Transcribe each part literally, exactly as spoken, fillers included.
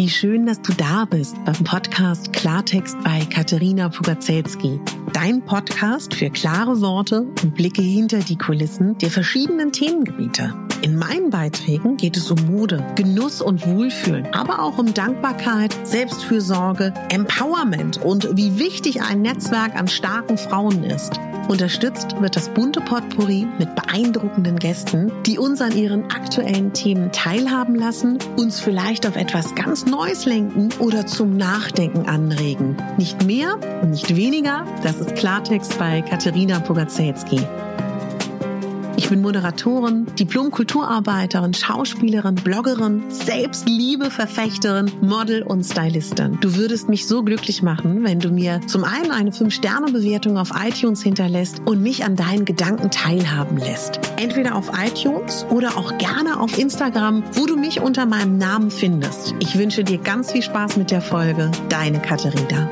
Wie schön, dass du da bist beim Podcast Klartext bei Katerina Pugacelski. Dein Podcast für klare Worte und Blicke hinter die Kulissen der verschiedenen Themengebiete. In meinen Beiträgen geht es um Mode, Genuss und Wohlfühlen, aber auch um Dankbarkeit, Selbstfürsorge, Empowerment und wie wichtig ein Netzwerk an starken Frauen ist. Unterstützt wird das bunte Potpourri mit beeindruckenden Gästen, die uns an ihren aktuellen Themen teilhaben lassen, uns vielleicht auf etwas ganz Neues lenken oder zum Nachdenken anregen. Nicht mehr und nicht weniger, das ist Klartext bei Katerina Pugacelski. Ich bin Moderatorin, Diplom-Kulturarbeiterin, Schauspielerin, Bloggerin, Selbstliebe-Verfechterin, Model und Stylistin. Du würdest mich so glücklich machen, wenn du mir zum einen eine fünf Sterne Bewertung auf iTunes hinterlässt und mich an deinen Gedanken teilhaben lässt. Entweder auf iTunes oder auch gerne auf Instagram, wo du mich unter meinem Namen findest. Ich wünsche dir ganz viel Spaß mit der Folge. Deine Katerina.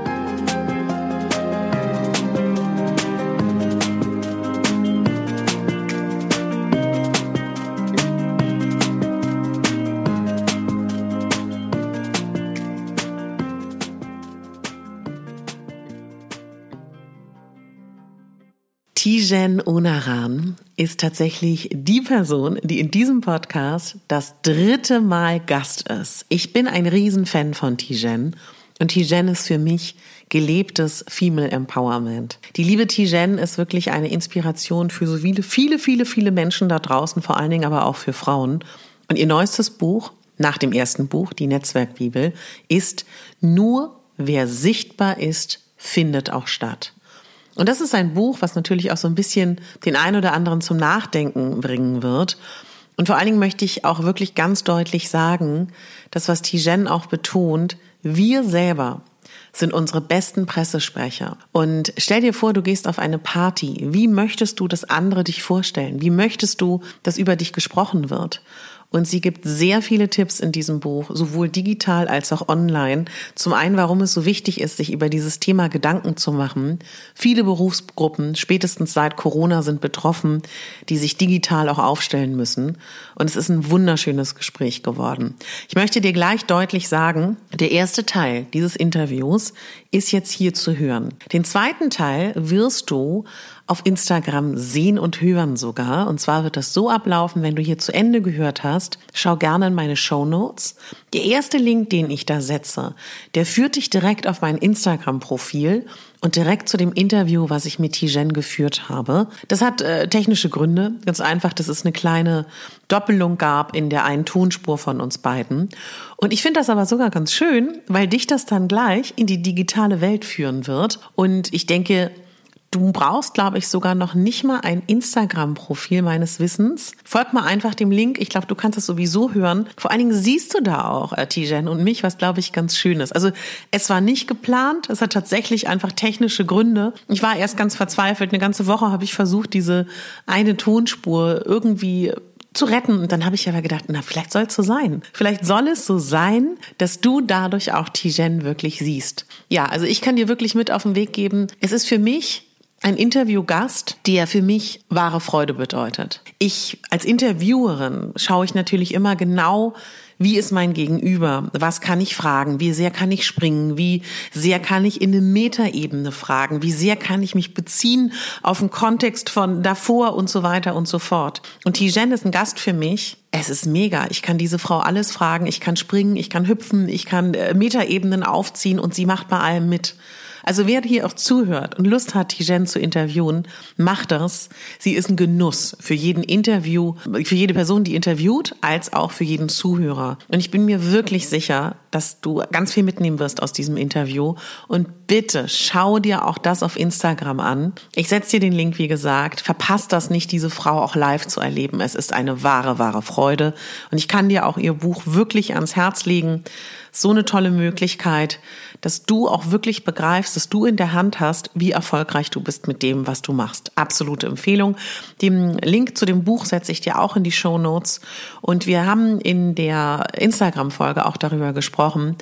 Tijen Onaran ist tatsächlich die Person, die in diesem Podcast das dritte Mal Gast ist. Ich bin ein Riesenfan von Tijen und Tijen ist für mich gelebtes Female Empowerment. Die liebe Tijen ist wirklich eine Inspiration für so viele, viele, viele, viele Menschen da draußen, vor allen Dingen aber auch für Frauen. Und ihr neuestes Buch, nach dem ersten Buch, die Netzwerkbibel, ist Nur wer sichtbar ist, findet auch statt. Und das ist ein Buch, was natürlich auch so ein bisschen den einen oder anderen zum Nachdenken bringen wird. Und vor allen Dingen möchte ich auch wirklich ganz deutlich sagen, das, was Tijen auch betont, wir selber sind unsere besten Pressesprecher. Und stell dir vor, du gehst auf eine Party. Wie möchtest du, dass andere dich vorstellen? Wie möchtest du, dass über dich gesprochen wird? Und sie gibt sehr viele Tipps in diesem Buch, sowohl digital als auch online. Zum einen, warum es so wichtig ist, sich über dieses Thema Gedanken zu machen. Viele Berufsgruppen, spätestens seit Corona, sind betroffen, die sich digital auch aufstellen müssen. Und es ist ein wunderschönes Gespräch geworden. Ich möchte dir gleich deutlich sagen, der erste Teil dieses Interviews ist jetzt hier zu hören. Den zweiten Teil wirst du auf Instagram sehen und hören sogar. Und zwar wird das so ablaufen, wenn du hier zu Ende gehört hast, schau gerne in meine Shownotes. Der erste Link, den ich da setze, der führt dich direkt auf mein Instagram-Profil und direkt zu dem Interview, was ich mit Tijen geführt habe. Das hat äh, technische Gründe. Ganz einfach, dass es eine kleine Doppelung gab in der einen Tonspur von uns beiden. Und ich finde das aber sogar ganz schön, weil dich das dann gleich in die digitale Welt führen wird. Und ich denke, du brauchst, glaube ich, sogar noch nicht mal ein Instagram-Profil meines Wissens. Folg mal einfach dem Link. Ich glaube, du kannst das sowieso hören. Vor allen Dingen siehst du da auch äh, Tijen und mich, was, glaube ich, ganz schön ist. Also es war nicht geplant. Es hat tatsächlich einfach technische Gründe. Ich war erst ganz verzweifelt. Eine ganze Woche habe ich versucht, diese eine Tonspur irgendwie zu retten. Und dann habe ich aber gedacht, na, vielleicht soll es so sein. Vielleicht soll es so sein, dass du dadurch auch Tijen wirklich siehst. Ja, also ich kann dir wirklich mit auf den Weg geben. Es ist für mich ein Interviewgast, der für mich wahre Freude bedeutet. Ich als Interviewerin schaue ich natürlich immer genau, wie ist mein Gegenüber? Was kann ich fragen? Wie sehr kann ich springen? Wie sehr kann ich in eine Metaebene fragen? Wie sehr kann ich mich beziehen auf den Kontext von davor und so weiter und so fort? Und Tijen ist ein Gast für mich. Es ist mega. Ich kann diese Frau alles fragen. Ich kann springen, ich kann hüpfen, ich kann Metaebenen aufziehen und sie macht bei allem mit. Also wer hier auch zuhört und Lust hat, Tijen zu interviewen, macht das. Sie ist ein Genuss für jeden Interview, für jede Person, die interviewt, als auch für jeden Zuhörer. Und ich bin mir wirklich sicher, dass du ganz viel mitnehmen wirst aus diesem Interview. Und bitte schau dir auch das auf Instagram an. Ich setze dir den Link, wie gesagt. Verpasst das nicht, diese Frau auch live zu erleben. Es ist eine wahre, wahre Freude. Und ich kann dir auch ihr Buch wirklich ans Herz legen. So eine tolle Möglichkeit, dass du auch wirklich begreifst, dass du in der Hand hast, wie erfolgreich du bist mit dem, was du machst. Absolute Empfehlung. Den Link zu dem Buch setze ich dir auch in die Shownotes. Und wir haben in der Instagram-Folge auch darüber gesprochen,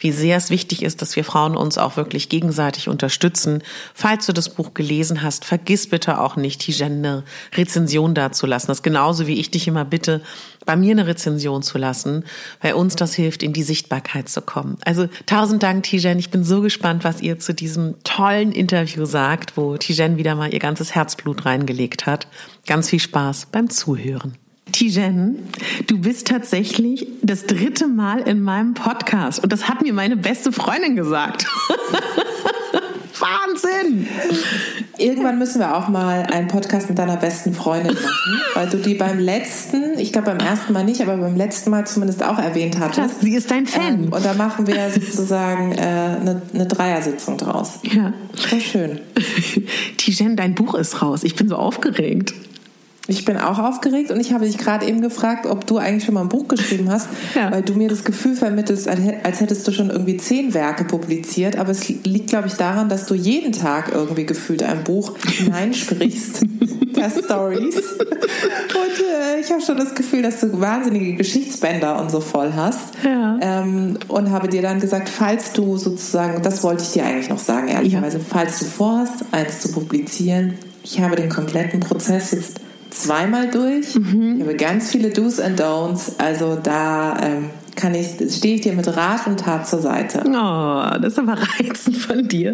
wie sehr es wichtig ist, dass wir Frauen uns auch wirklich gegenseitig unterstützen. Falls du das Buch gelesen hast, vergiss bitte auch nicht, Tijen eine Rezension dazulassen. Das ist genauso, wie ich dich immer bitte, bei mir eine Rezension zu lassen, weil uns das hilft, in die Sichtbarkeit zu kommen. Also tausend Dank, Tijen. Ich bin so gespannt, was ihr zu diesem tollen Interview sagt, wo Tijen wieder mal ihr ganzes Herzblut reingelegt hat. Ganz viel Spaß beim Zuhören. Tijen, du bist tatsächlich das dritte Mal in meinem Podcast und das hat mir meine beste Freundin gesagt. Wahnsinn! Irgendwann müssen wir auch mal einen Podcast mit deiner besten Freundin machen, weil du die beim letzten, ich glaube beim ersten Mal nicht, aber beim letzten Mal zumindest auch erwähnt hattest. Sie ist dein Fan. Ähm, und da machen wir sozusagen äh, eine, eine Dreiersitzung draus. Ja. So schön. Tijen, dein Buch ist raus. Ich bin so aufgeregt. Ich bin auch aufgeregt und ich habe dich gerade eben gefragt, ob du eigentlich schon mal ein Buch geschrieben hast, ja. weil du mir das Gefühl vermittelst, als hättest du schon irgendwie zehn Werke publiziert. Aber es liegt, glaube ich, daran, dass du jeden Tag irgendwie gefühlt ein Buch hineinsprichst, per Stories. Und äh, ich habe schon das Gefühl, dass du wahnsinnige Geschichtsbänder und so voll hast. Ja. Ähm, und habe dir dann gesagt, falls du sozusagen, das wollte ich dir eigentlich noch sagen, ehrlicherweise, ja. falls du vorhast, eins zu publizieren, ich habe den kompletten Prozess jetzt zweimal durch. Mhm. Ich habe ganz viele Do's and Don'ts. Also da ähm, kann ich, stehe ich dir mit Rat und Tat zur Seite. Oh, das ist aber reizend von dir.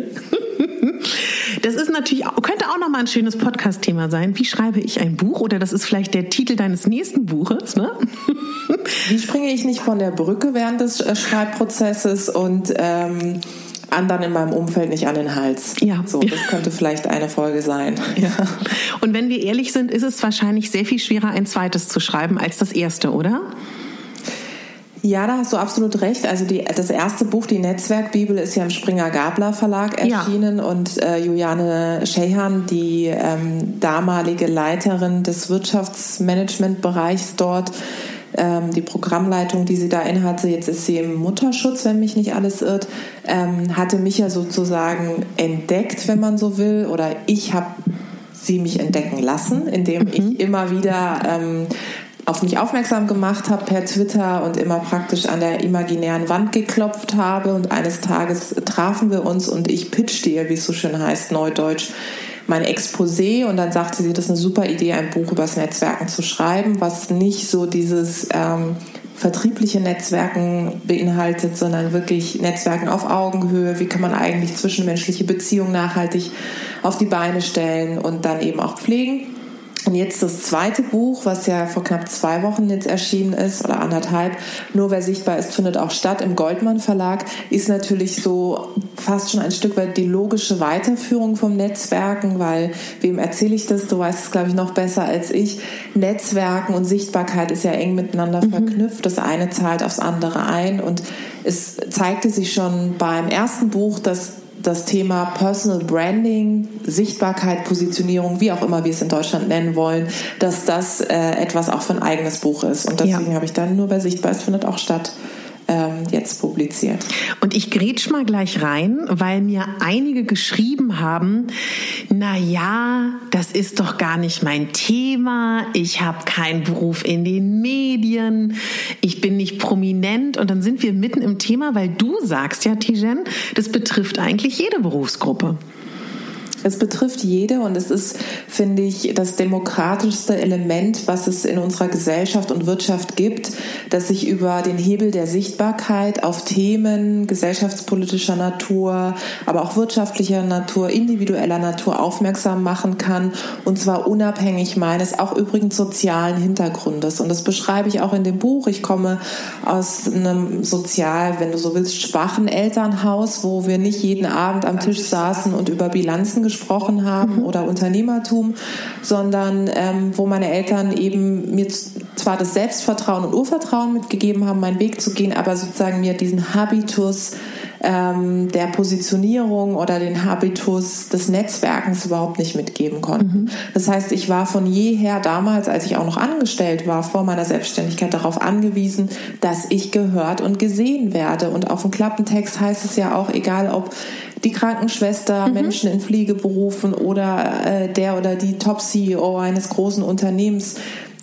Das ist natürlich auch, könnte auch nochmal ein schönes Podcast-Thema sein. Wie schreibe ich ein Buch? Oder das ist vielleicht der Titel deines nächsten Buches, ne? Wie springe ich nicht von der Brücke während des Schreibprozesses und ähm, anderen in meinem Umfeld nicht an den Hals. Ja. So, das könnte vielleicht eine Folge sein. Ja. Und wenn wir ehrlich sind, ist es wahrscheinlich sehr viel schwerer, ein zweites zu schreiben als das erste, oder? Ja, da hast du absolut recht. Also die, das erste Buch, die Netzwerkbibel, ist ja im Springer-Gabler Verlag erschienen, ja. und äh, Juliane Schehan, die ähm, damalige Leiterin des Wirtschaftsmanagementbereichs dort, ähm, die Programmleitung, die sie da innehatte, jetzt ist sie im Mutterschutz, wenn mich nicht alles irrt, ähm, hatte mich ja sozusagen entdeckt, wenn man so will, oder ich habe sie mich entdecken lassen, indem mhm. ich immer wieder ähm, auf mich aufmerksam gemacht habe per Twitter und immer praktisch an der imaginären Wand geklopft habe, und eines Tages trafen wir uns und ich pitchte ihr, wie es so schön heißt, neudeutsch, mein Exposé, und dann sagte sie, das ist eine super Idee, ein Buch über das Netzwerken zu schreiben, was nicht so dieses ähm, vertriebliche Netzwerken beinhaltet, sondern wirklich Netzwerken auf Augenhöhe. Wie kann man eigentlich zwischenmenschliche Beziehungen nachhaltig auf die Beine stellen und dann eben auch pflegen? Und jetzt das zweite Buch, was ja vor knapp zwei Wochen jetzt erschienen ist, oder anderthalb, Nur wer sichtbar ist, findet auch statt, im Goldmann Verlag, ist natürlich so fast schon ein Stück weit die logische Weiterführung vom Netzwerken, weil wem erzähle ich das? Du weißt es, glaube ich, noch besser als ich. Netzwerken und Sichtbarkeit ist ja eng miteinander mhm. verknüpft. Das eine zahlt aufs andere ein, und es zeigte sich schon beim ersten Buch, dass das Thema Personal Branding, Sichtbarkeit, Positionierung, wie auch immer wir es in Deutschland nennen wollen, dass das äh, etwas auch für ein eigenes Buch ist. Und deswegen ja. habe ich dann Nur wer sichtbar ist, findet auch statt, ähm, jetzt publiziert. Und ich grätsch mal gleich rein, weil mir einige geschrieben haben, na ja, das ist doch gar nicht mein Thema, ich habe keinen Beruf in den Medien, ich bin nicht prominent, und dann sind wir mitten im Thema, weil du sagst ja, Tijen, das betrifft eigentlich jede Berufsgruppe. Es betrifft jede, und es ist, finde ich, das demokratischste Element, was es in unserer Gesellschaft und Wirtschaft gibt, dass ich über den Hebel der Sichtbarkeit auf Themen gesellschaftspolitischer Natur, aber auch wirtschaftlicher Natur, individueller Natur aufmerksam machen kann, und zwar unabhängig meines, auch übrigens sozialen Hintergrundes. Und das beschreibe ich auch in dem Buch. Ich komme aus einem sozial, wenn du so willst, schwachen Elternhaus, wo wir nicht jeden Abend am Tisch saßen und über Bilanzen gesprochen haben mhm. oder Unternehmertum, sondern ähm, wo meine Eltern eben mir zwar das Selbstvertrauen und Urvertrauen mitgegeben haben, meinen Weg zu gehen, aber sozusagen mir diesen Habitus ähm, der Positionierung oder den Habitus des Netzwerkens überhaupt nicht mitgeben konnten. Mhm. Das heißt, ich war von jeher damals, als ich auch noch angestellt war, vor meiner Selbstständigkeit darauf angewiesen, dass ich gehört und gesehen werde. Und auf dem Klappentext heißt es ja auch, egal ob die Krankenschwester, mhm. Menschen in Pflegeberufen oder äh, der oder die Top-C E O eines großen Unternehmens,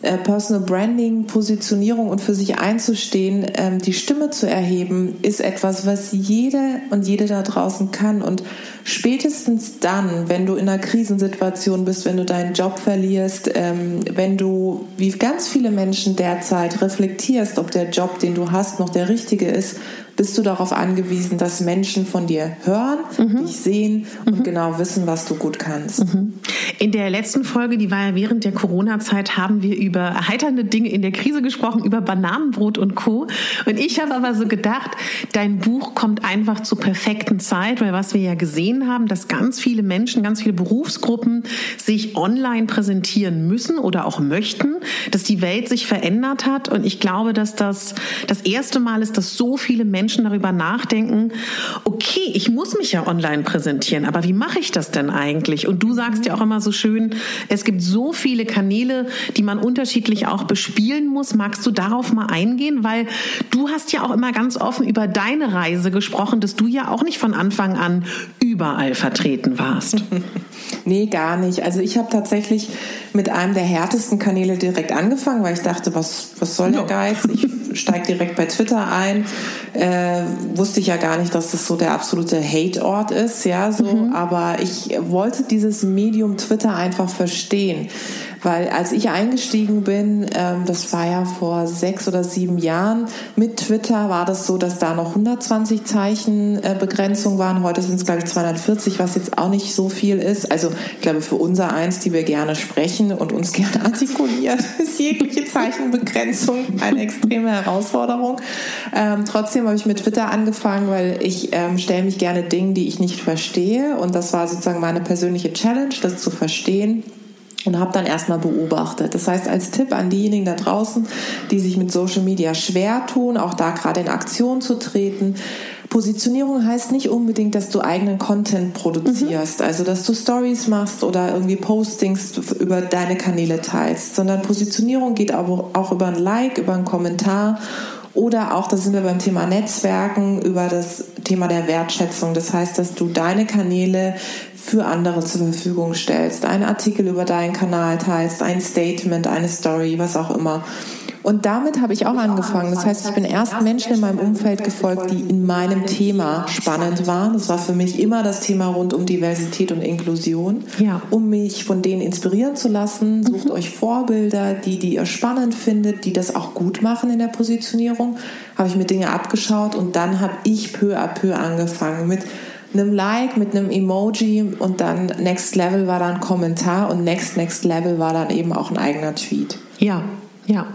äh, Personal Branding, Positionierung und für sich einzustehen, ähm, die Stimme zu erheben, ist etwas, was jeder und jede da draußen kann. Und spätestens dann, wenn du in einer Krisensituation bist, wenn du deinen Job verlierst, ähm, wenn du, wie ganz viele Menschen derzeit, reflektierst, ob der Job, den du hast, noch der richtige ist, bist du darauf angewiesen, dass Menschen von dir hören, mhm. dich sehen und mhm. genau wissen, was du gut kannst. Mhm. In der letzten Folge, die war ja während der Corona-Zeit, haben wir über erheiternde Dinge in der Krise gesprochen, über Bananenbrot und Co. Und ich habe aber so gedacht, dein Buch kommt einfach zur perfekten Zeit, weil was wir ja gesehen haben, dass ganz viele Menschen, ganz viele Berufsgruppen sich online präsentieren müssen oder auch möchten, dass die Welt sich verändert hat. Und ich glaube, dass das das erste Mal ist, dass so viele Menschen Menschen darüber nachdenken, okay, ich muss mich ja online präsentieren, aber wie mache ich das denn eigentlich? Und du sagst ja auch immer so schön, es gibt so viele Kanäle, die man unterschiedlich auch bespielen muss. Magst du darauf mal eingehen? Weil du hast ja auch immer ganz offen über deine Reise gesprochen, dass du ja auch nicht von Anfang an überall vertreten warst. Nee, gar nicht. Also ich habe tatsächlich mit einem der härtesten Kanäle direkt angefangen, weil ich dachte, was, was soll der Geiz? Ich steige direkt bei Twitter ein. Äh, wusste ich ja gar nicht, dass das so der absolute Hate-Ort ist, ja, so. Mhm. Aber ich wollte dieses Medium Twitter einfach verstehen. Weil als ich eingestiegen bin, ähm, das war ja vor sechs oder sieben Jahren, mit Twitter war das so, dass da noch hundertzwanzig Zeichen äh, Begrenzung waren. Heute sind es, glaube ich, zweihundertvierzig, was jetzt auch nicht so viel ist. Also ich glaube, für unser eins, die wir gerne sprechen und uns gerne artikulieren, ist jegliche Zeichenbegrenzung eine extreme Herausforderung. Ähm, trotzdem habe ich mit Twitter angefangen, weil ich ähm, stelle mich gerne Dingen, die ich nicht verstehe. Und das war sozusagen meine persönliche Challenge, das zu verstehen. Und habe dann erstmal beobachtet. Das heißt, als Tipp an diejenigen da draußen, die sich mit Social Media schwer tun, auch da gerade in Aktion zu treten. Positionierung heißt nicht unbedingt, dass du eigenen Content produzierst, mhm. also dass du Stories machst oder irgendwie Postings über deine Kanäle teilst, sondern Positionierung geht aber auch über ein Like, über einen Kommentar. Oder auch, da sind wir beim Thema Netzwerken, über das Thema der Wertschätzung. Das heißt, dass du deine Kanäle für andere zur Verfügung stellst, einen Artikel über deinen Kanal teilst, ein Statement, eine Story, was auch immer. Und damit habe ich auch angefangen. Das heißt, ich bin erst Menschen in meinem Umfeld gefolgt, die in meinem Thema spannend waren. Das war für mich immer das Thema rund um Diversität und Inklusion, ja. um mich von denen inspirieren zu lassen. Sucht mhm. euch Vorbilder, die, die ihr spannend findet, die das auch gut machen in der Positionierung. Habe ich mir Dinge abgeschaut und dann habe ich peu à peu angefangen mit einem Like, mit einem Emoji und dann Next Level war dann ein Kommentar und Next Next Level war dann eben auch ein eigener Tweet. Ja, ja.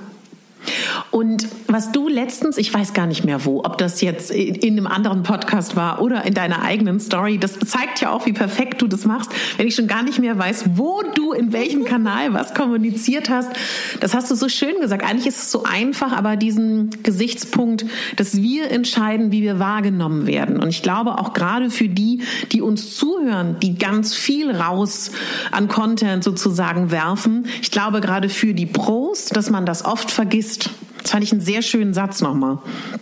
Und was du letztens, ich weiß gar nicht mehr wo, ob das jetzt in einem anderen Podcast war oder in deiner eigenen Story, das zeigt ja auch, wie perfekt du das machst, wenn ich schon gar nicht mehr weiß, wo du in welchem Kanal was kommuniziert hast. Das hast du so schön gesagt. Eigentlich ist es so einfach, aber diesen Gesichtspunkt, dass wir entscheiden, wie wir wahrgenommen werden. Und ich glaube auch gerade für die, die uns zuhören, die ganz viel raus an Content sozusagen werfen, ich glaube gerade für die Pros, dass man das oft vergisst. Das fand ich einen sehr schönen Satz nochmal.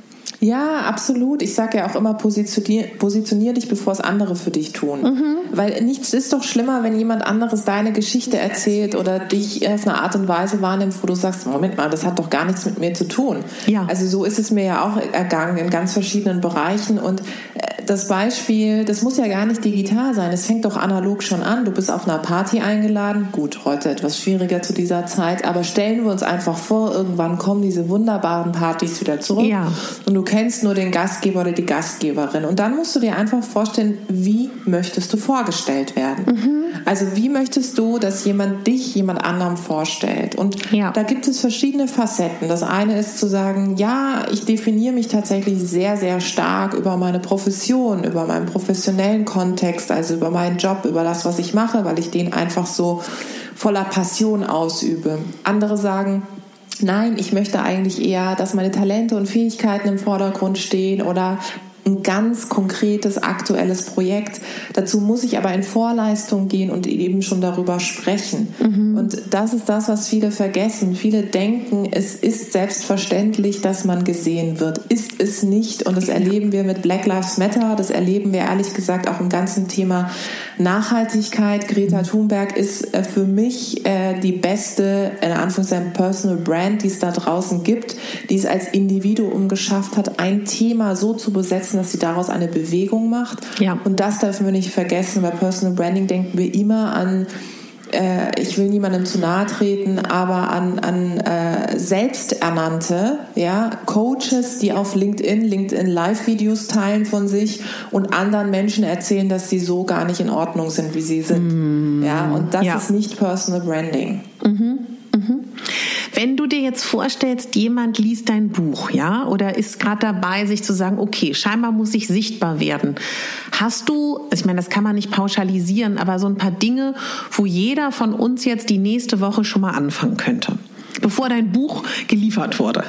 Ja, absolut. Ich sage ja auch immer, positionier, positionier dich, bevor es andere für dich tun. Mhm. Weil nichts ist doch schlimmer, wenn jemand anderes deine Geschichte erzählt oder dich auf eine Art und Weise wahrnimmt, wo du sagst, Moment mal, das hat doch gar nichts mit mir zu tun. Ja. Also so ist es mir ja auch ergangen in ganz verschiedenen Bereichen. Und das Beispiel, das muss ja gar nicht digital sein. Es fängt doch analog schon an. Du bist auf einer Party eingeladen. Gut, heute etwas schwieriger zu dieser Zeit. Aber stellen wir uns einfach vor, irgendwann kommen diese wunderbaren Partys wieder zurück. Ja. Und du kennst nur den Gastgeber oder die Gastgeberin. Und dann musst du dir einfach vorstellen, wie möchtest du vorgestellt werden? Mhm. Also wie möchtest du, dass jemand dich jemand anderem vorstellt? Und ja. da gibt es verschiedene Facetten. Das eine ist zu sagen, ja, ich definiere mich tatsächlich sehr, sehr stark über meine Profession, über meinen professionellen Kontext, also über meinen Job, über das, was ich mache, weil ich den einfach so voller Passion ausübe. Andere sagen, nein, ich möchte eigentlich eher, dass meine Talente und Fähigkeiten im Vordergrund stehen oder ein ganz konkretes, aktuelles Projekt. Dazu muss ich aber in Vorleistung gehen und eben schon darüber sprechen. Mhm. Und das ist das, was viele vergessen. Viele denken, es ist selbstverständlich, dass man gesehen wird. Ist es nicht. Und das erleben wir mit Black Lives Matter. Das erleben wir ehrlich gesagt auch im ganzen Thema Nachhaltigkeit. Greta Thunberg ist äh, für mich äh, die beste, in Anführungszeichen, Personal Brand, die es da draußen gibt, die es als Individuum geschafft hat, ein Thema so zu besetzen, dass sie daraus eine Bewegung macht. Ja. Und das dürfen wir nicht vergessen. Bei Personal Branding denken wir immer an, äh, ich will niemandem zu nahe treten, aber an, an äh, selbsternannte ja, Coaches, die auf LinkedIn, LinkedIn Live-Videos teilen von sich und anderen Menschen erzählen, dass sie so gar nicht in Ordnung sind, wie sie sind. Mm. Ja, und das ja. ist nicht Personal Branding. Mhm. Mhm. Wenn du dir jetzt vorstellst, jemand liest dein Buch, ja, oder ist gerade dabei, sich zu sagen, okay, scheinbar muss ich sichtbar werden. Hast du, ich meine, das kann man nicht pauschalisieren, aber so ein paar Dinge, wo jeder von uns jetzt die nächste Woche schon mal anfangen könnte, bevor dein Buch geliefert wurde?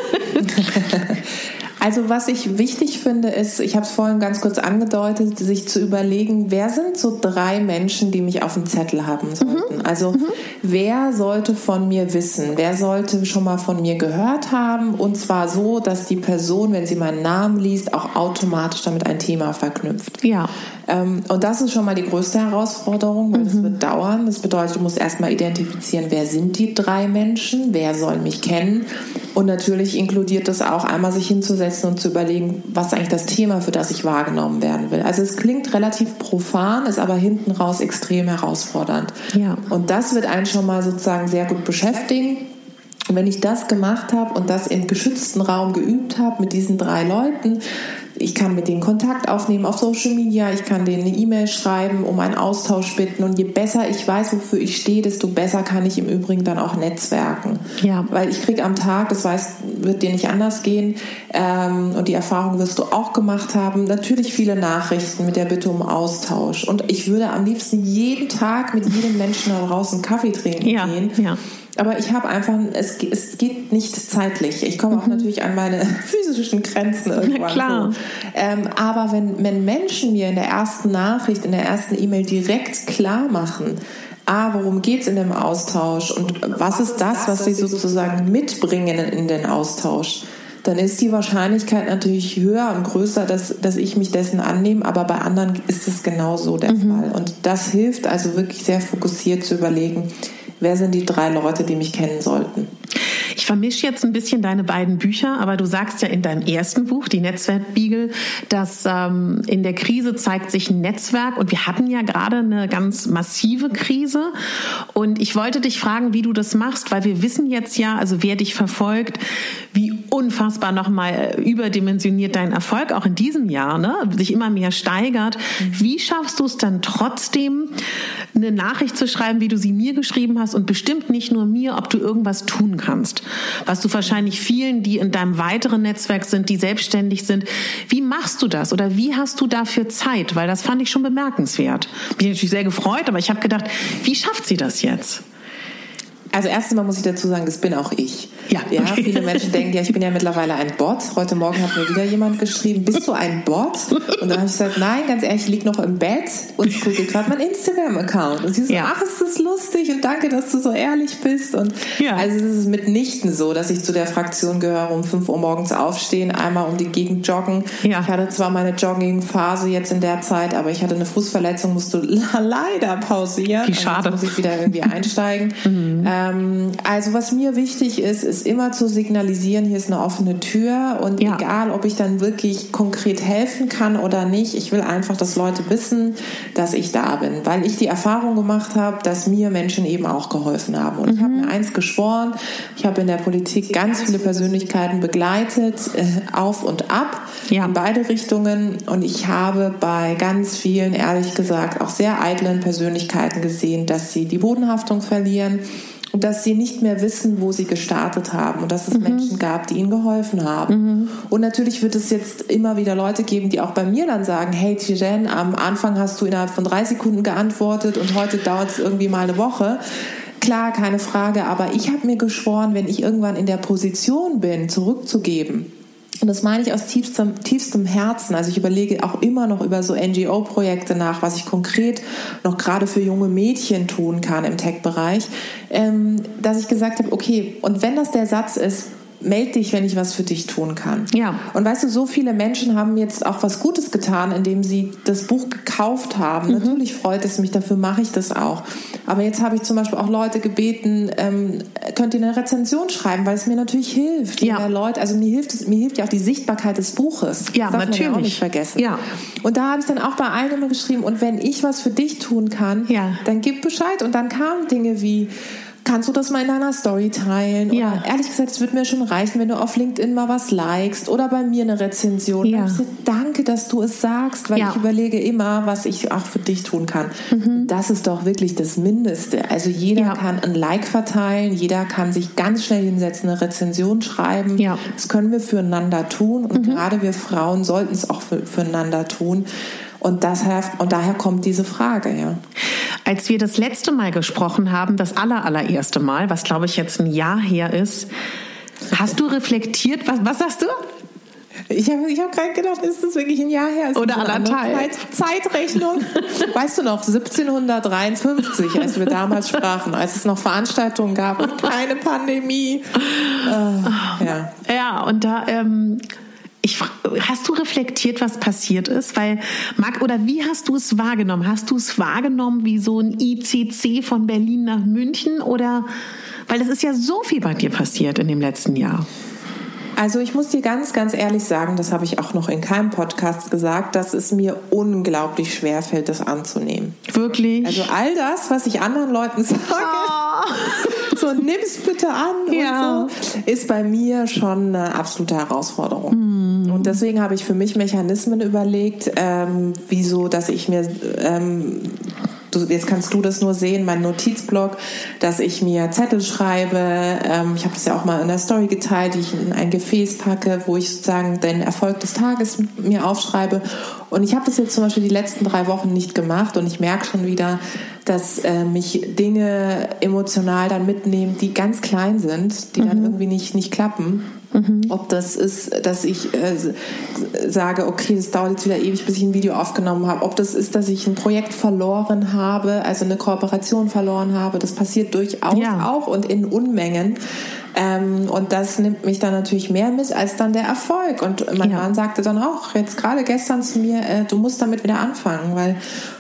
Also was ich wichtig finde, ist, ich habe es vorhin ganz kurz angedeutet, sich zu überlegen, wer sind so drei Menschen, die mich auf dem Zettel haben sollten. Mhm. Also mhm. wer sollte von mir wissen, wer sollte schon mal von mir gehört haben, und zwar so, dass die Person, wenn sie meinen Namen liest, auch automatisch damit ein Thema verknüpft. Ja. Ähm, und das ist schon mal die größte Herausforderung, weil mhm. das wird dauern. Das bedeutet, du musst erstmal identifizieren, wer sind die drei Menschen, wer soll mich kennen, und natürlich inkludiert das auch einmal, sich hinzusetzen und zu überlegen, was ist eigentlich das Thema, für das ich wahrgenommen werden will. Also es klingt relativ profan, ist aber hinten raus extrem herausfordernd. Ja. Und das wird einen schon mal sozusagen sehr gut beschäftigen. Und wenn ich das gemacht habe und das im geschützten Raum geübt habe mit diesen drei Leuten, ich kann mit denen Kontakt aufnehmen auf Social Media, ich kann denen eine E-Mail schreiben, um einen Austausch bitten, und je besser ich weiß, wofür ich stehe, desto besser kann ich im Übrigen dann auch netzwerken. Ja. Weil ich kriege am Tag, das weiß, wird dir nicht anders gehen, ähm, und die Erfahrung wirst du auch gemacht haben, natürlich viele Nachrichten mit der Bitte um Austausch, und ich würde am liebsten jeden Tag mit jedem Menschen da draußen Kaffee trinken ja. gehen. Ja. Aber ich habe einfach, es, es geht nicht zeitlich. Ich komme auch mhm. natürlich an meine physischen Grenzen irgendwann. Na klar. So. Ähm, aber wenn, wenn Menschen mir in der ersten Nachricht, in der ersten E-Mail direkt klar machen, ah, worum geht es in dem Austausch und was ist das, was sie sozusagen mitbringen in den Austausch, dann ist die Wahrscheinlichkeit natürlich höher und größer, dass, dass ich mich dessen annehme, aber bei anderen ist es genauso der mhm. Fall. Und das hilft also wirklich sehr fokussiert zu überlegen, wer sind die drei Leute, die mich kennen sollten. Ich vermische jetzt ein bisschen deine beiden Bücher, aber du sagst ja in deinem ersten Buch, die Netzwerkbibel, dass ähm, in der Krise zeigt sich ein Netzwerk, und wir hatten ja gerade eine ganz massive Krise, und ich wollte dich fragen, wie du das machst, weil wir wissen jetzt ja, also wer dich verfolgt, wie unfassbar nochmal überdimensioniert dein Erfolg auch in diesem Jahr, ne, sich immer mehr steigert. Mhm. Wie schaffst du es dann trotzdem, eine Nachricht zu schreiben, wie du sie mir geschrieben hast, und bestimmt nicht nur mir, ob du irgendwas tun kannst, was du wahrscheinlich vielen, die in deinem weiteren Netzwerk sind, die selbstständig sind. Wie machst du das, oder wie hast du dafür Zeit? Weil das fand ich schon bemerkenswert. Bin natürlich sehr gefreut, aber ich habe gedacht, wie schafft sie das jetzt? Also erst einmal muss ich dazu sagen, das bin auch ich. Ja, ja okay. Viele Menschen denken, ja, ich bin ja mittlerweile ein Bot. Heute Morgen hat mir wieder jemand geschrieben, bist du ein Bot? Und dann habe ich gesagt, nein, ganz ehrlich, ich liege noch im Bett und gucke gerade meinen Instagram-Account. Und sie so, ja. ach, ist das lustig, und danke, dass du so ehrlich bist. Und ja. Also es ist mitnichten so, dass ich zu der Fraktion gehöre, um fünf Uhr morgens aufstehen, einmal um die Gegend joggen. Ja. Ich hatte zwar meine Jogging-Phase jetzt in der Zeit, aber ich hatte eine Fußverletzung, musste leider pausieren. Wie schade. Also jetzt muss ich wieder irgendwie einsteigen. mhm. Also was mir wichtig ist, ist immer zu signalisieren, hier ist eine offene Tür, und ja. egal, ob ich dann wirklich konkret helfen kann oder nicht, ich will einfach, dass Leute wissen, dass ich da bin, weil ich die Erfahrung gemacht habe, dass mir Menschen eben auch geholfen haben. Und mhm. ich habe mir eins geschworen, ich habe in der Politik ganz viele Persönlichkeiten begleitet, äh, auf und ab, ja. in beide Richtungen, und ich habe bei ganz vielen, ehrlich gesagt, auch sehr eitlen Persönlichkeiten gesehen, dass sie die Bodenhaftung verlieren, und dass sie nicht mehr wissen, wo sie gestartet haben, und dass es mhm. Menschen gab, die ihnen geholfen haben. Mhm. Und natürlich wird es jetzt immer wieder Leute geben, die auch bei mir dann sagen, hey Tijen, am Anfang hast du innerhalb von drei Sekunden geantwortet und heute dauert es irgendwie mal eine Woche. Klar, keine Frage, aber ich habe mir geschworen, wenn ich irgendwann in der Position bin, zurückzugeben, und das meine ich aus tiefstem, tiefstem Herzen. Also ich überlege auch immer noch über so N G O-Projekte nach, was ich konkret noch gerade für junge Mädchen tun kann im Tech-Bereich, ähm, dass ich gesagt habe, okay, und wenn das der Satz ist, meld dich, wenn ich was für dich tun kann. Ja. Und weißt du, so viele Menschen haben jetzt auch was Gutes getan, indem sie das Buch gekauft haben. Mhm. Natürlich freut es mich, dafür mache ich das auch. Aber jetzt habe ich zum Beispiel auch Leute gebeten, ähm, könnt ihr eine Rezension schreiben, weil es mir natürlich hilft. Ja. Mehr Leute, also mir hilft es, mir hilft ja auch die Sichtbarkeit des Buches. Ja, das darf natürlich. man ja auch nicht vergessen. Ja. Und da habe ich dann auch bei allen immer geschrieben, und wenn ich was für dich tun kann, ja. dann gib Bescheid. Und dann kamen Dinge wie, kannst du das mal in deiner Story teilen? Ja. Oder ehrlich gesagt, es würde mir schon reichen, wenn du auf LinkedIn mal was likest oder bei mir eine Rezension. Ja. Ich sage, danke, dass du es sagst, weil ja. ich überlege immer, was ich auch für dich tun kann. Mhm. Das ist doch wirklich das Mindeste. Also jeder ja. kann ein Like verteilen, jeder kann sich ganz schnell hinsetzen, eine Rezension schreiben. Ja. Das können wir füreinander tun und mhm. gerade wir Frauen sollten es auch für, füreinander tun. Und, daher, und daher kommt diese Frage, ja. Als wir das letzte Mal gesprochen haben, das aller, allererste Mal, was glaube ich jetzt ein Jahr her ist, hast du reflektiert, was, was sagst du? Ich habe ich hab gerade gedacht, ist das wirklich ein Jahr her? Ist Oder anderthalb. Zeit, Zeitrechnung. Weißt du noch, siebzehnhundertdreiundfünfzig, als wir damals sprachen, als es noch Veranstaltungen gab und keine Pandemie. Äh, ja. ja, und da... Ähm Ich, hast du reflektiert, was passiert ist? Weil, Marc, oder wie hast du es wahrgenommen? Hast du es wahrgenommen wie so ein I C C von Berlin nach München? Oder, weil es ist ja so viel bei dir passiert in dem letzten Jahr. Also ich muss dir ganz, ganz ehrlich sagen, das habe ich auch noch in keinem Podcast gesagt, dass es mir unglaublich schwer fällt, das anzunehmen. Wirklich? Also all das, was ich anderen Leuten sage, oh. so nimm's bitte an ja. und so, ist bei mir schon eine absolute Herausforderung. Hm. Und deswegen habe ich für mich Mechanismen überlegt, ähm, wieso, dass ich mir... Ähm, Du, jetzt kannst du das nur sehen, mein Notizblock, dass ich mir Zettel schreibe. Ähm, ich habe das ja auch mal in der Story geteilt, die ich in ein Gefäß packe, wo ich sozusagen den Erfolg des Tages mir aufschreibe. Und ich habe das jetzt zum Beispiel die letzten drei Wochen nicht gemacht und ich merke schon wieder, dass äh, mich Dinge emotional dann mitnehmen, die ganz klein sind, die mhm. dann irgendwie nicht, nicht klappen. Mhm. Ob das ist, dass ich äh, sage, okay, das dauert jetzt wieder ewig, bis ich ein Video aufgenommen habe. Ob das ist, dass ich ein Projekt verloren habe, also eine Kooperation verloren habe. Das passiert durchaus ja. auch und in Unmengen. Ähm, und das nimmt mich dann natürlich mehr mit als dann der Erfolg. Und mein ja. Mann sagte dann auch, jetzt gerade gestern zu mir, äh, du musst damit wieder anfangen, weil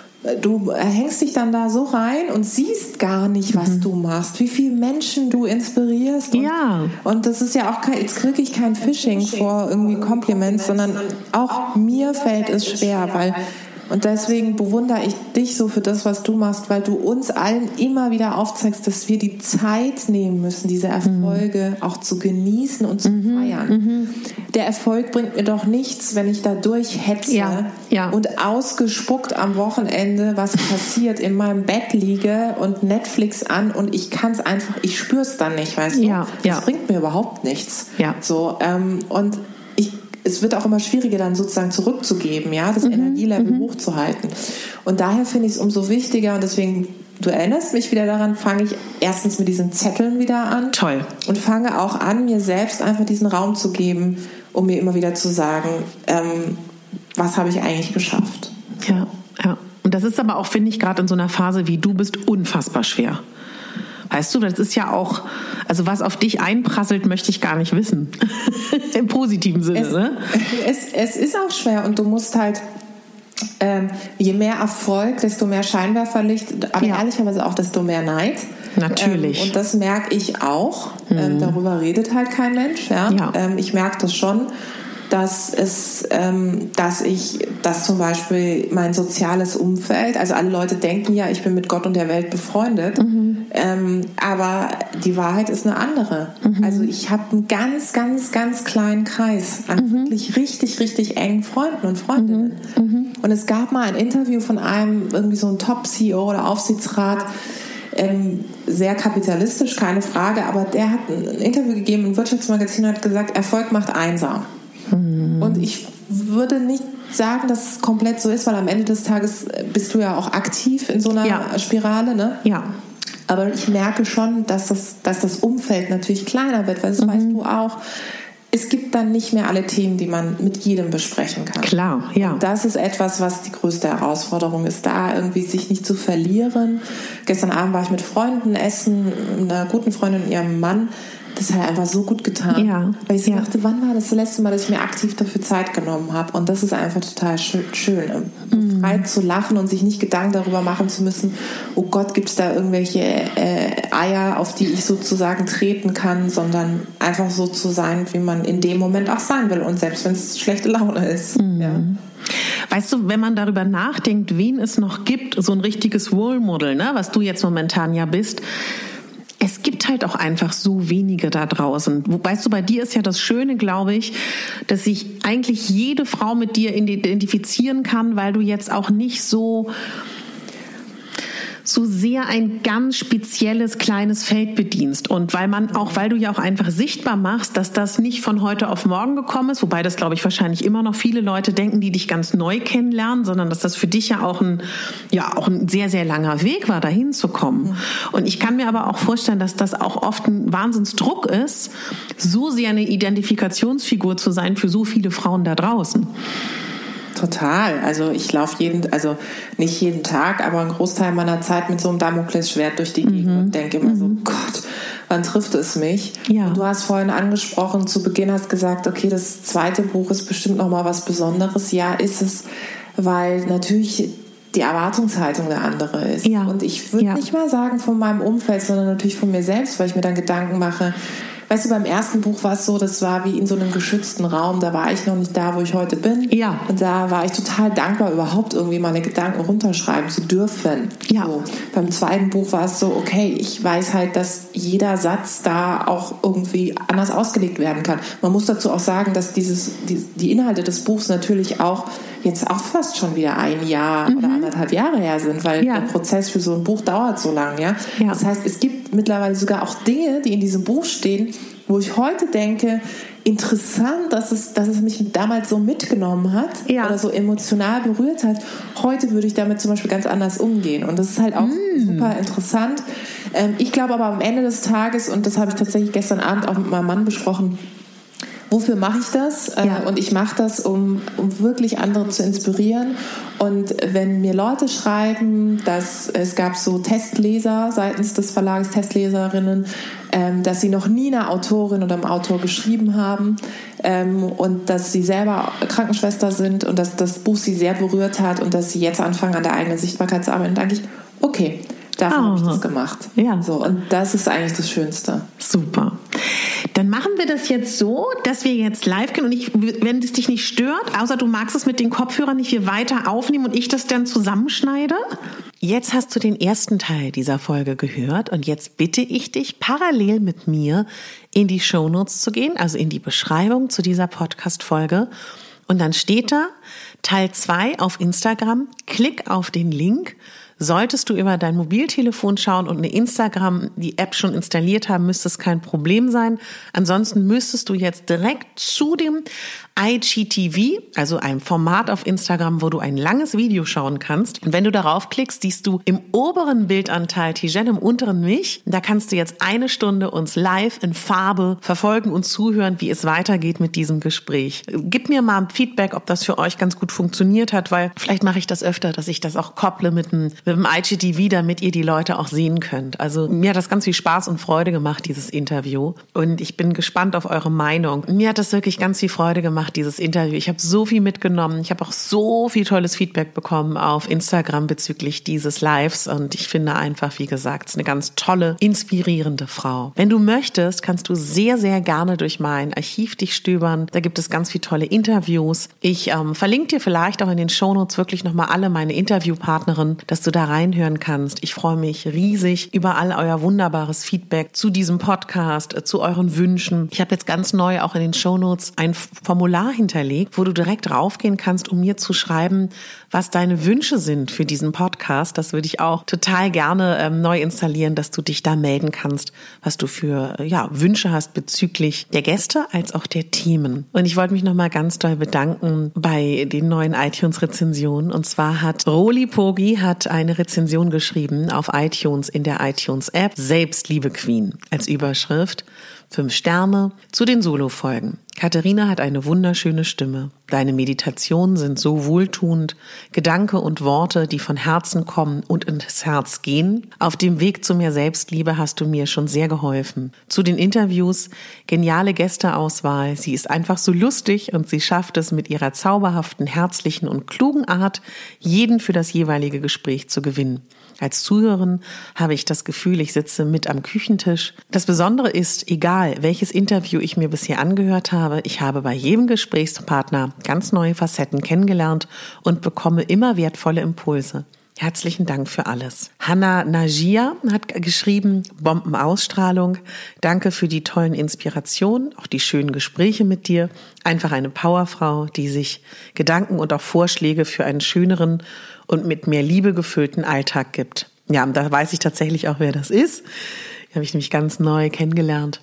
du hängst dich dann da so rein und siehst gar nicht, was mhm. du machst, wie viele Menschen du inspirierst. Und, ja. und das ist ja auch kein, jetzt kriege ich kein Phishing vor irgendwie Compliments, sondern auch mir fällt es schwer, weil und deswegen bewundere ich dich so für das, was du machst, weil du uns allen immer wieder aufzeigst, dass wir die Zeit nehmen müssen, diese Erfolge mhm. auch zu genießen und zu mhm. feiern. Mhm. Der Erfolg bringt mir doch nichts, wenn ich da durchhetze ja. Ja. und ausgespuckt am Wochenende, was passiert, in meinem Bett liege und Netflix an und ich kann es einfach, ich spüre es dann nicht, weißt du? Ja. Das ja. bringt mir überhaupt nichts. Ja. So, ähm, und ich es wird auch immer schwieriger, dann sozusagen zurückzugeben, ja, das mhm, Energielevel mhm. hochzuhalten. Und daher finde ich es umso wichtiger und deswegen, du erinnerst mich wieder daran, fange ich erstens mit diesen Zetteln wieder an. Toll. Und fange auch an, mir selbst einfach diesen Raum zu geben, um mir immer wieder zu sagen, ähm, was habe ich eigentlich geschafft. Ja, ja. Und das ist aber auch, finde ich, gerade in so einer Phase wie du bist, unfassbar schwer. Weißt du, das ist ja auch, also was auf dich einprasselt, möchte ich gar nicht wissen. Im positiven Sinne, es, ne? Es, es ist auch schwer und du musst halt, ähm, je mehr Erfolg, desto mehr Scheinwerferlicht, aber ja. ehrlicherweise auch desto mehr Neid. Natürlich. Ähm, und das merke ich auch. Mhm. Ähm, darüber redet halt kein Mensch. Ja? Ja. Ähm, ich merke das schon, dass es, ähm, dass ich, dass zum Beispiel mein soziales Umfeld, also alle Leute denken ja, ich bin mit Gott und der Welt befreundet, mhm. ähm, aber die Wahrheit ist eine andere. Mhm. Also ich habe einen ganz, ganz, ganz kleinen Kreis an mhm. wirklich richtig, richtig engen Freunden und Freundinnen. Mhm. Mhm. Und es gab mal ein Interview von einem, irgendwie so ein Top-C E O oder Aufsichtsrat, ähm, sehr kapitalistisch, keine Frage, aber der hat ein Interview gegeben im Wirtschaftsmagazin und hat gesagt, Erfolg macht einsam. Und ich würde nicht sagen, dass es komplett so ist, weil am Ende des Tages bist du ja auch aktiv in so einer ja. Spirale, ne? Ja. Aber ich merke schon, dass das, dass das Umfeld natürlich kleiner wird, weil das mhm. weißt du auch. Es gibt dann nicht mehr alle Themen, die man mit jedem besprechen kann. Klar, ja. Und das ist etwas, was die größte Herausforderung ist, da irgendwie sich nicht zu verlieren. Gestern Abend war ich mit Freunden essen, einer guten Freundin und ihrem Mann. das hat einfach so gut getan. Ja. Weil ich so ja. dachte, wann war das, das letzte Mal, dass ich mir aktiv dafür Zeit genommen habe? Und das ist einfach total schön, schön mhm. frei zu lachen und sich nicht Gedanken darüber machen zu müssen, oh Gott, gibt es da irgendwelche äh, Eier, auf die ich sozusagen treten kann, sondern einfach so zu sein, wie man in dem Moment auch sein will. Und selbst wenn es schlechte Laune ist. Mhm. Ja. Weißt du, wenn man darüber nachdenkt, wen es noch gibt, so ein richtiges Role Model, ne, was du jetzt momentan ja bist, es gibt halt auch einfach so wenige da draußen. Weißt du, bei dir ist ja das Schöne, glaube ich, dass sich eigentlich jede Frau mit dir identifizieren kann, weil du jetzt auch nicht so... so sehr ein ganz spezielles kleines Feld bedienst und weil man auch, weil du ja auch einfach sichtbar machst, dass das nicht von heute auf morgen gekommen ist, wobei das, glaube ich, wahrscheinlich immer noch viele Leute denken, die dich ganz neu kennenlernen, sondern dass das für dich ja auch ein, ja, auch ein sehr, sehr langer Weg war, dahin zu kommen. Und ich kann mir aber auch vorstellen, dass das auch oft ein Wahnsinnsdruck ist, so sehr eine Identifikationsfigur zu sein für so viele Frauen da draußen. Total. Also ich laufe jeden, also nicht jeden Tag, aber einen Großteil meiner Zeit mit so einem Damoklesschwert durch die Gegend mhm. und denke immer mhm. so, Gott, wann trifft es mich? Ja. Und du hast vorhin angesprochen, zu Beginn hast gesagt, okay, das zweite Buch ist bestimmt nochmal was Besonderes. Ja, ist es, weil natürlich die Erwartungshaltung eine andere ist. Ja. Und ich würde ja. nicht mal sagen von meinem Umfeld, sondern natürlich von mir selbst, weil ich mir dann Gedanken mache. Weißt du, beim ersten Buch war es so, das war wie in so einem geschützten Raum, da war ich noch nicht da, wo ich heute bin. Ja. Und da war ich total dankbar, überhaupt irgendwie meine Gedanken runterschreiben zu dürfen. Ja. So. Beim zweiten Buch war es so, okay, ich weiß halt, dass jeder Satz da auch irgendwie anders ausgelegt werden kann. Man muss dazu auch sagen, dass dieses, die, die Inhalte des Buchs natürlich auch jetzt auch fast schon wieder ein Jahr mhm. oder anderthalb Jahre her sind, weil ja. der Prozess für so ein Buch dauert so lange. Ja? Ja. Das heißt, es gibt mittlerweile sogar auch Dinge, die in diesem Buch stehen, wo ich heute denke, interessant, dass es, dass es mich damals so mitgenommen hat ja. oder so emotional berührt hat. Heute würde ich damit zum Beispiel ganz anders umgehen. Und das ist halt auch mm. super interessant. Ähm, ich glaube aber am Ende des Tages, und das habe ich tatsächlich gestern Abend auch mit meinem Mann besprochen, wofür mache ich das? Ja. Und ich mache das, um, um wirklich andere zu inspirieren. Und wenn mir Leute schreiben, dass es gab so Testleser seitens des Verlages, Testleserinnen, ähm, dass sie noch nie eine Autorin oder einem Autor geschrieben haben ähm, und dass sie selber Krankenschwester sind und dass das Buch sie sehr berührt hat und dass sie jetzt anfangen, an der eigenen Sichtbarkeit zu arbeiten, denke ich, okay, dafür oh. habe ich das gemacht. Ja. So, und das ist eigentlich das Schönste. Super. Dann machen wir das jetzt so, dass wir jetzt live gehen und ich, wenn es dich nicht stört, außer du magst es mit den Kopfhörern nicht hier weiter aufnehmen und ich das dann zusammenschneide. Jetzt hast du den ersten Teil dieser Folge gehört und jetzt bitte ich dich, parallel mit mir in die Shownotes zu gehen, also in die Beschreibung zu dieser Podcast-Folge. Und dann steht da Teil zwei auf Instagram, klick auf den Link. Solltest du über dein Mobiltelefon schauen und eine Instagram, die App schon installiert haben, müsste es kein Problem sein. Ansonsten müsstest du jetzt direkt zu dem I G T V, also einem Format auf Instagram, wo du ein langes Video schauen kannst. Und wenn du darauf klickst, siehst du im oberen Bildanteil Tijen, im unteren mich. Da kannst du jetzt eine Stunde uns live in Farbe verfolgen und zuhören, wie es weitergeht mit diesem Gespräch. Gib mir mal ein Feedback, ob das für euch ganz gut funktioniert hat, weil vielleicht mache ich das öfter, dass ich das auch kopple mit dem, mit dem I G T V, damit ihr die Leute auch sehen könnt. Also mir hat das ganz viel Spaß und Freude gemacht, dieses Interview. Und ich bin gespannt auf eure Meinung. Mir hat das wirklich ganz viel Freude gemacht, dieses Interview. Ich habe so viel mitgenommen. Ich habe auch so viel tolles Feedback bekommen auf Instagram bezüglich dieses Lives. Und ich finde einfach, wie gesagt, es ist eine ganz tolle, inspirierende Frau. Wenn du möchtest, kannst du sehr, sehr gerne durch mein Archiv dich stöbern. Da gibt es ganz viele tolle Interviews. Ich ähm, verlinke dir vielleicht auch in den Shownotes wirklich nochmal alle meine Interviewpartnerinnen, dass du da reinhören kannst. Ich freue mich riesig über all euer wunderbares Feedback zu diesem Podcast, zu euren Wünschen. Ich habe jetzt ganz neu auch in den Shownotes ein Formular hinterlegt, wo du direkt raufgehen kannst, um mir zu schreiben, was deine Wünsche sind für diesen Podcast. Das würde ich auch total gerne ähm, neu installieren, dass du dich da melden kannst, was du für ja, Wünsche hast bezüglich der Gäste als auch der Themen. Und ich wollte mich nochmal ganz doll bedanken bei den neuen iTunes-Rezensionen. Und zwar hat Roli Pogi hat eine Rezension geschrieben auf iTunes in der iTunes-App. Selbstliebe Queen als Überschrift. Fünf Sterne zu den Solo-Folgen. Katharina hat eine wunderschöne Stimme. Deine Meditationen sind so wohltuend, Gedanke und Worte, die von Herzen kommen und ins Herz gehen. Auf dem Weg zu mehr Selbstliebe hast du mir schon sehr geholfen. Zu den Interviews, geniale Gästeauswahl. Sie ist einfach so lustig und sie schafft es mit ihrer zauberhaften, herzlichen und klugen Art, jeden für das jeweilige Gespräch zu gewinnen. Als Zuhörerin habe ich das Gefühl, ich sitze mit am Küchentisch. Das Besondere ist, egal welches Interview ich mir bisher angehört habe, ich habe bei jedem Gesprächspartner ganz neue Facetten kennengelernt und bekomme immer wertvolle Impulse. Herzlichen Dank für alles. Hanna Najia hat geschrieben, Bombenausstrahlung. Danke für die tollen Inspirationen, auch die schönen Gespräche mit dir. Einfach eine Powerfrau, die sich Gedanken und auch Vorschläge für einen schöneren und mit mehr Liebe gefüllten Alltag gibt. Ja, und da weiß ich tatsächlich auch, wer das ist. Die habe ich nämlich ganz neu kennengelernt.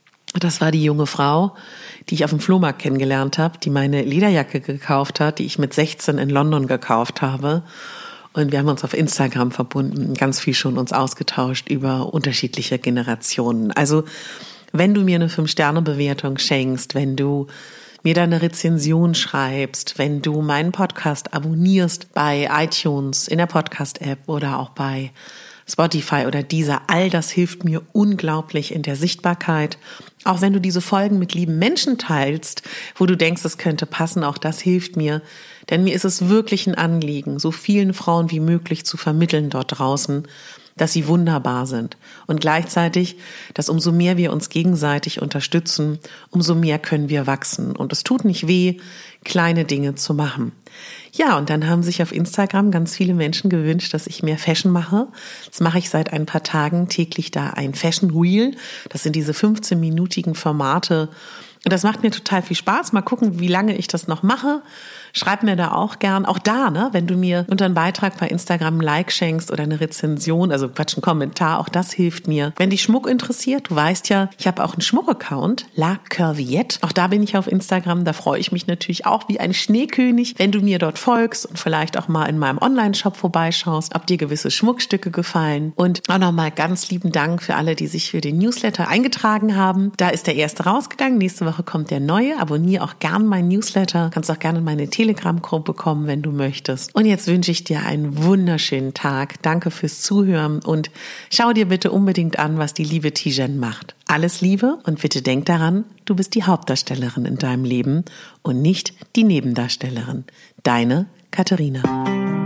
Das war die junge Frau, die ich auf dem Flohmarkt kennengelernt habe, die meine Lederjacke gekauft hat, die ich mit sechzehn in London gekauft habe. Und wir haben uns auf Instagram verbunden, ganz viel schon uns ausgetauscht über unterschiedliche Generationen. Also wenn du mir eine fünf Sterne Bewertung schenkst, wenn du mir deine Rezension schreibst, wenn du meinen Podcast abonnierst bei iTunes, in der Podcast-App oder auch bei Spotify oder Deezer, all das hilft mir unglaublich in der Sichtbarkeit. Auch wenn du diese Folgen mit lieben Menschen teilst, wo du denkst, es könnte passen, auch das hilft mir. Denn mir ist es wirklich ein Anliegen, so vielen Frauen wie möglich zu vermitteln dort draußen, dass sie wunderbar sind. Und gleichzeitig, dass umso mehr wir uns gegenseitig unterstützen, umso mehr können wir wachsen. Und es tut nicht weh, kleine Dinge zu machen. Ja, und dann haben sich auf Instagram ganz viele Menschen gewünscht, dass ich mehr Fashion mache. Jetzt mache ich seit ein paar Tagen täglich da ein Fashion Reel. Das sind diese fünfzehnminütigen Formate. Und das macht mir total viel Spaß. Mal gucken, wie lange ich das noch mache. Schreib mir da auch gern, auch da, ne, wenn du mir unter einen Beitrag bei Instagram ein Like schenkst oder eine Rezension, also Quatsch, ein Kommentar, auch das hilft mir. Wenn dich Schmuck interessiert, du weißt ja, ich habe auch einen Schmuck-Account, La Curviette. Auch da bin ich auf Instagram, da freue ich mich natürlich auch wie ein Schneekönig, wenn du mir dort folgst und vielleicht auch mal in meinem Online-Shop vorbeischaust, ob dir gewisse Schmuckstücke gefallen. Und auch nochmal ganz lieben Dank für alle, die sich für den Newsletter eingetragen haben. Da ist der erste rausgegangen, nächste Woche kommt der neue. Abonniere auch gern meinen Newsletter, kannst auch gerne meine Telegram-Gruppe kommen, wenn du möchtest. Und jetzt wünsche ich dir einen wunderschönen Tag. Danke fürs Zuhören und schau dir bitte unbedingt an, was die liebe Tijen macht. Alles Liebe und bitte denk daran, du bist die Hauptdarstellerin in deinem Leben und nicht die Nebendarstellerin. Deine Katharina.